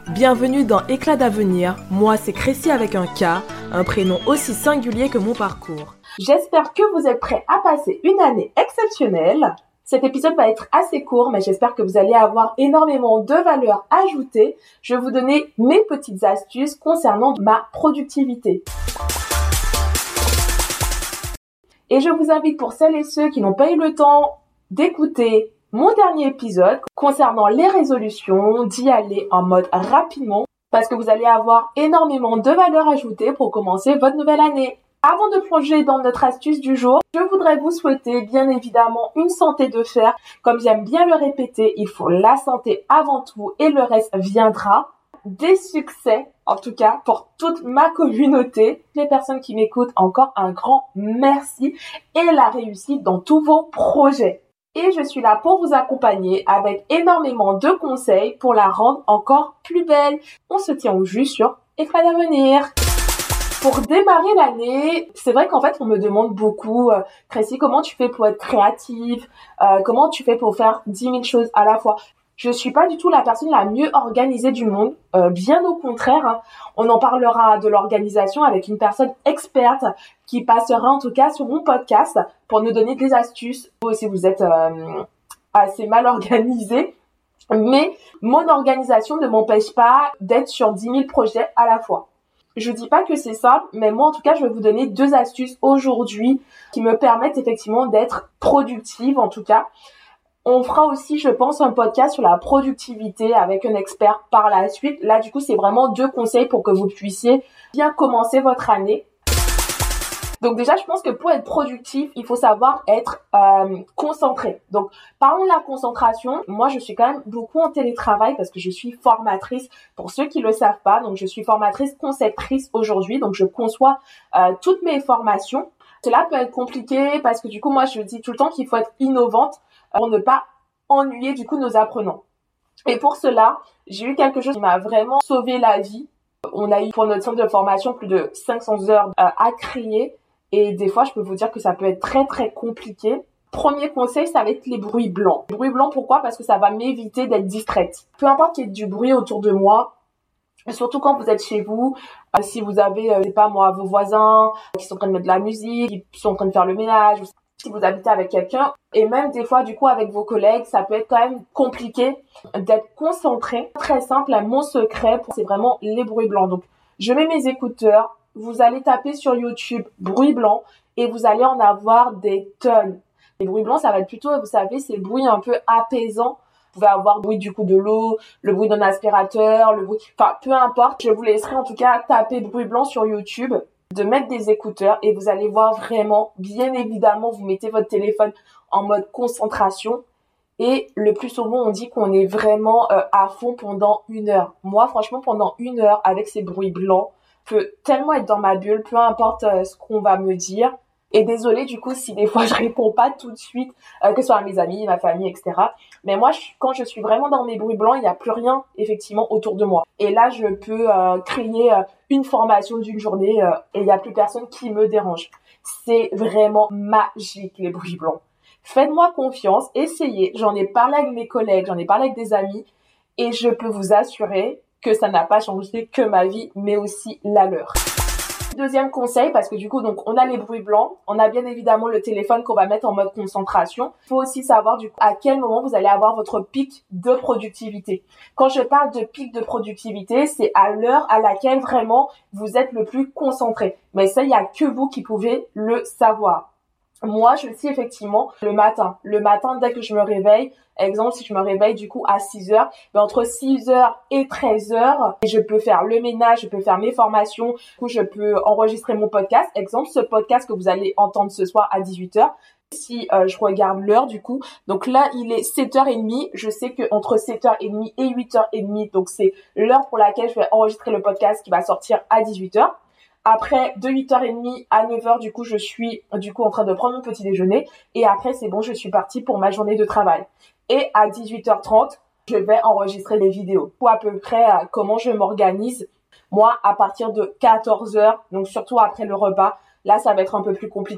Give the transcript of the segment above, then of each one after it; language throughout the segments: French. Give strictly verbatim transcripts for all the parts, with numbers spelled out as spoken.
Bienvenue dans Éclat d'avenir, moi c'est Crécy avec un K, un prénom aussi singulier que mon parcours. J'espère que vous êtes prêts à passer une année exceptionnelle. Cet épisode va être assez court, mais j'espère que vous allez avoir énormément de valeur ajoutée. Je vais vous donner mes petites astuces concernant ma productivité. Et je vous invite pour celles et ceux qui n'ont pas eu le temps d'écouter mon dernier épisode concernant les résolutions, d'y aller en mode rapidement parce que vous allez avoir énormément de valeur ajoutée pour commencer votre nouvelle année. Avant de plonger dans notre astuce du jour, je voudrais vous souhaiter bien évidemment une santé de fer. Comme j'aime bien le répéter, il faut la santé avant tout et le reste viendra. Des succès, en tout cas pour toute ma communauté. Les personnes qui m'écoutent, encore un grand merci et la réussite dans tous vos projets. Et je suis là pour vous accompagner avec énormément de conseils pour la rendre encore plus belle. On se tient au jus sur Éclat d'avenir. Pour démarrer l'année, c'est vrai qu'en fait, on me demande beaucoup, euh, Crécy, comment tu fais pour être créative, euh, comment tu fais pour faire dix mille choses à la fois. Je suis pas du tout la personne la mieux organisée du monde, euh, bien au contraire. Hein. On en parlera de l'organisation avec une personne experte qui passera en tout cas sur mon podcast pour nous donner des astuces. Vous aussi, vous êtes euh, assez mal organisé, mais mon organisation ne m'empêche pas d'être sur dix mille projets à la fois. Je dis pas que c'est simple, mais moi en tout cas, je vais vous donner deux astuces aujourd'hui qui me permettent effectivement d'être productive en tout cas. On fera aussi, je pense, un podcast sur la productivité avec un expert par la suite. Là, du coup, c'est vraiment deux conseils pour que vous puissiez bien commencer votre année. Donc déjà, je pense que pour être productif, il faut savoir être euh, concentré. Donc, parlons de la concentration. Moi, je suis quand même beaucoup en télétravail parce que je suis formatrice. Pour ceux qui le savent pas, donc je suis formatrice conceptrice aujourd'hui. Donc, je conçois euh, toutes mes formations. Cela peut être compliqué parce que du coup, moi, je dis tout le temps qu'il faut être innovante pour ne pas ennuyer du coup nos apprenants. Et pour cela, j'ai eu quelque chose qui m'a vraiment sauvé la vie. On a eu pour notre centre de formation plus de cinq cents heures euh, à créer et des fois, je peux vous dire que ça peut être très très compliqué. Premier conseil, ça va être les bruits blancs. Les bruits blancs, pourquoi ? Parce que ça va m'éviter d'être distraite. Peu importe qu'il y ait du bruit autour de moi, surtout quand vous êtes chez vous, euh, si vous avez, euh, je sais pas moi, vos voisins qui sont en train de mettre de la musique, qui sont en train de faire le ménage, si vous habitez avec quelqu'un, et même des fois, du coup, avec vos collègues, ça peut être quand même compliqué d'être concentré. Très simple, mon secret, c'est vraiment les bruits blancs. Donc, je mets mes écouteurs, vous allez taper sur YouTube bruit blanc et vous allez en avoir des tonnes. Les bruits blancs, ça va être plutôt, vous savez, ces bruits un peu apaisants. Vous pouvez avoir le bruit du coup de l'eau, le bruit d'un aspirateur, le bruit, enfin, peu importe. Je vous laisserai en tout cas taper bruit blanc sur YouTube, de mettre des écouteurs et vous allez voir vraiment, bien évidemment, vous mettez votre téléphone en mode concentration et le plus souvent, on dit qu'on est vraiment euh, à fond pendant une heure. Moi, franchement, pendant une heure avec ces bruits blancs, je peux tellement être dans ma bulle, peu importe euh, ce qu'on va me dire. Et désolée du coup si des fois je réponds pas tout de suite, euh, que ce soit à mes amis, ma famille, et cetera. Mais moi, je, quand je suis vraiment dans mes bruits blancs, il n'y a plus rien effectivement autour de moi. Et là, je peux euh, créer euh, une formation d'une journée euh, et il n'y a plus personne qui me dérange. C'est vraiment magique les bruits blancs. Faites-moi confiance, essayez. J'en ai parlé avec mes collègues, j'en ai parlé avec des amis et je peux vous assurer que ça n'a pas changé que ma vie, mais aussi la leur. Deuxième conseil, parce que du coup, donc, on a les bruits blancs, on a bien évidemment le téléphone qu'on va mettre en mode concentration. Il faut aussi savoir du coup à quel moment vous allez avoir votre pic de productivité. Quand je parle de pic de productivité, c'est à l'heure à laquelle vraiment vous êtes le plus concentré. Mais ça, il n'y a que vous qui pouvez le savoir. Moi, je le sais effectivement le matin. Le matin, dès que je me réveille, exemple, si je me réveille du coup à six heures, ben entre six heures et treize heures, je peux faire le ménage, je peux faire mes formations, du coup, je peux enregistrer mon podcast. Exemple, ce podcast que vous allez entendre ce soir à dix-huit heures. Si euh, je regarde l'heure du coup, donc là, il est sept heures trente. Je sais que entre sept heures trente et huit heures trente, donc c'est l'heure pour laquelle je vais enregistrer le podcast qui va sortir à dix-huit heures. Après, de huit heures trente à neuf heures, du coup, je suis du coup en train de prendre mon petit déjeuner. Et après, c'est bon, je suis partie pour ma journée de travail. Et à dix-huit heures trente, je vais enregistrer des vidéos. Pour à peu près euh, comment je m'organise. Moi, à partir de quatorze heures, donc surtout après le repas, là, ça va être un peu plus compliqué.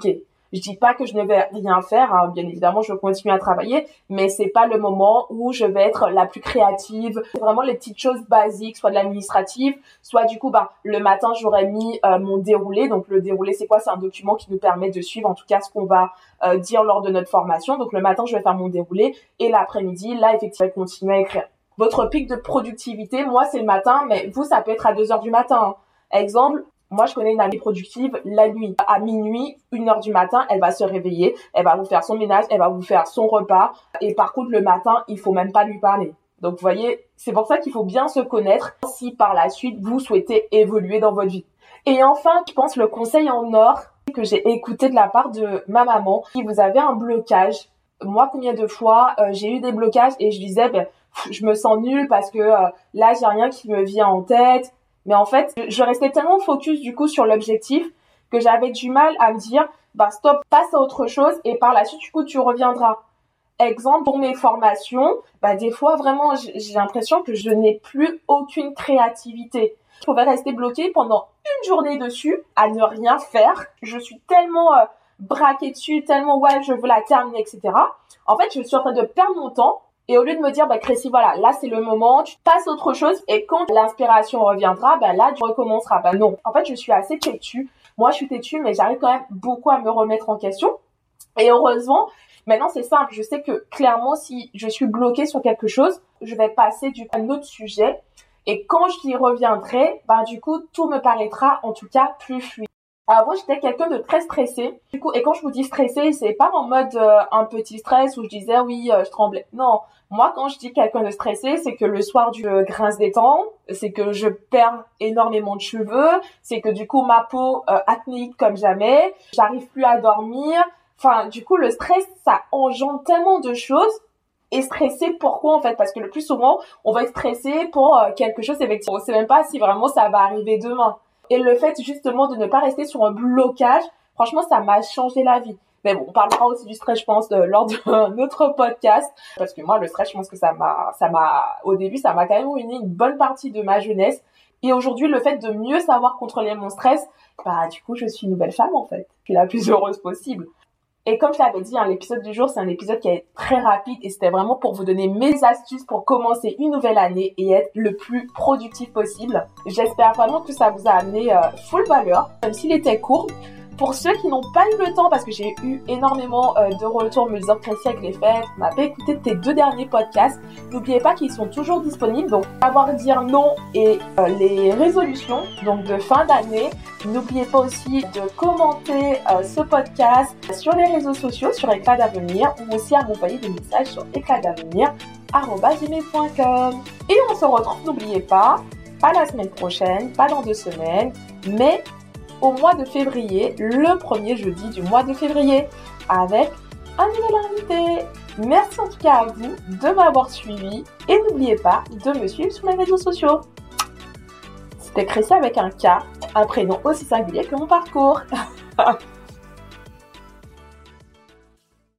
Je dis pas que je ne vais rien faire, hein. Bien évidemment, je continue à travailler, mais c'est pas le moment où je vais être la plus créative. C'est vraiment les petites choses basiques, soit de l'administratif, soit du coup, bah, le matin, j'aurais mis euh, mon déroulé. Donc, le déroulé, c'est quoi? C'est un document qui nous permet de suivre, en tout cas, ce qu'on va euh, dire lors de notre formation. Donc, le matin, je vais faire mon déroulé et l'après-midi, là, effectivement, je vais continuer à écrire. Votre pic de productivité, moi, c'est le matin, mais vous, ça peut être à deux heures du matin. Exemple, moi, je connais une amie productive la nuit. À minuit, une heure du matin, elle va se réveiller, elle va vous faire son ménage, elle va vous faire son repas. Et par contre, le matin, il faut même pas lui parler. Donc, vous voyez, c'est pour ça qu'il faut bien se connaître si par la suite, vous souhaitez évoluer dans votre vie. Et enfin, je pense le conseil en or que j'ai écouté de la part de ma maman. Si vous avez un blocage, moi, combien de fois euh, j'ai eu des blocages et je disais, ben, je me sens nulle parce que euh, là, j'ai rien qui me vient en tête. Mais en fait, je restais tellement focus du coup sur l'objectif que j'avais du mal à me dire, bah stop, passe à autre chose et par la suite, du coup, tu reviendras. Exemple, pour mes formations, bah des fois, vraiment, j'ai l'impression que je n'ai plus aucune créativité. Je pouvais rester bloquée pendant une journée dessus à ne rien faire. Je suis tellement euh, braquée dessus, tellement ouais, je veux la terminer, et cetera. En fait, je suis en train de perdre mon temps. Et au lieu de me dire, bah, Crécy, voilà, là, c'est le moment, tu passes à autre chose, et quand l'inspiration reviendra, bah, là, tu recommenceras. Bah, non. En fait, je suis assez têtue. Moi, je suis têtue, mais j'arrive quand même beaucoup à me remettre en question. Et heureusement, maintenant, c'est simple. Je sais que, clairement, si je suis bloquée sur quelque chose, je vais passer du coup à un autre sujet. Et quand j'y reviendrai, bah, du coup, tout me paraîtra, en tout cas, plus fluide. Avant, j'étais quelqu'un de très stressé. Du coup, et quand je vous dis stressé, c'est pas en mode euh, un petit stress où je disais oui, euh, je tremblais. Non, moi, quand je dis quelqu'un de stressé, c'est que le soir, je grince des dents, c'est que je perds énormément de cheveux, c'est que du coup, ma peau euh, acnéique comme jamais, j'arrive plus à dormir. Enfin, du coup, le stress, ça engendre tellement de choses. Et stressé, pourquoi en fait? Parce que le plus souvent, on va être stressé pour euh, quelque chose, effectivement. On sait même pas si vraiment ça va arriver demain. Et le fait justement de ne pas rester sur un blocage, franchement, ça m'a changé la vie. Mais bon, on parlera aussi du stress, je pense, de, lors d'un autre podcast. Parce que moi, le stress, je pense que ça m'a, ça m'a, au début, ça m'a quand même ruiné une bonne partie de ma jeunesse. Et aujourd'hui, le fait de mieux savoir contrôler mon stress, bah, du coup, je suis une nouvelle femme, en fait. Je suis la plus heureuse possible. Et comme je l'avais dit, hein, l'épisode du jour, c'est un épisode qui est très rapide et c'était vraiment pour vous donner mes astuces pour commencer une nouvelle année et être le plus productif possible. J'espère vraiment que ça vous a amené euh, full valeur, même s'il était court. Pour ceux qui n'ont pas eu le temps, parce que j'ai eu énormément euh, de retours me disant que Crécy avec les fêtes, on n'a pas écouté tes deux derniers podcasts, n'oubliez pas qu'ils sont toujours disponibles. Donc, savoir dire non et euh, les résolutions donc de fin d'année. N'oubliez pas aussi de commenter euh, ce podcast sur les réseaux sociaux, sur Éclat d'avenir, ou aussi à m'envoyer des messages sur éclat d'avenir arobase gmail point com. Et on se retrouve, n'oubliez pas, pas la semaine prochaine, pas dans deux semaines, mais au mois de février, le premier jeudi du mois de février, avec un nouvel invité. Merci en tout cas à vous de m'avoir suivi et n'oubliez pas de me suivre sur les réseaux sociaux. C'était Crécy avec un K, un prénom aussi singulier que mon parcours.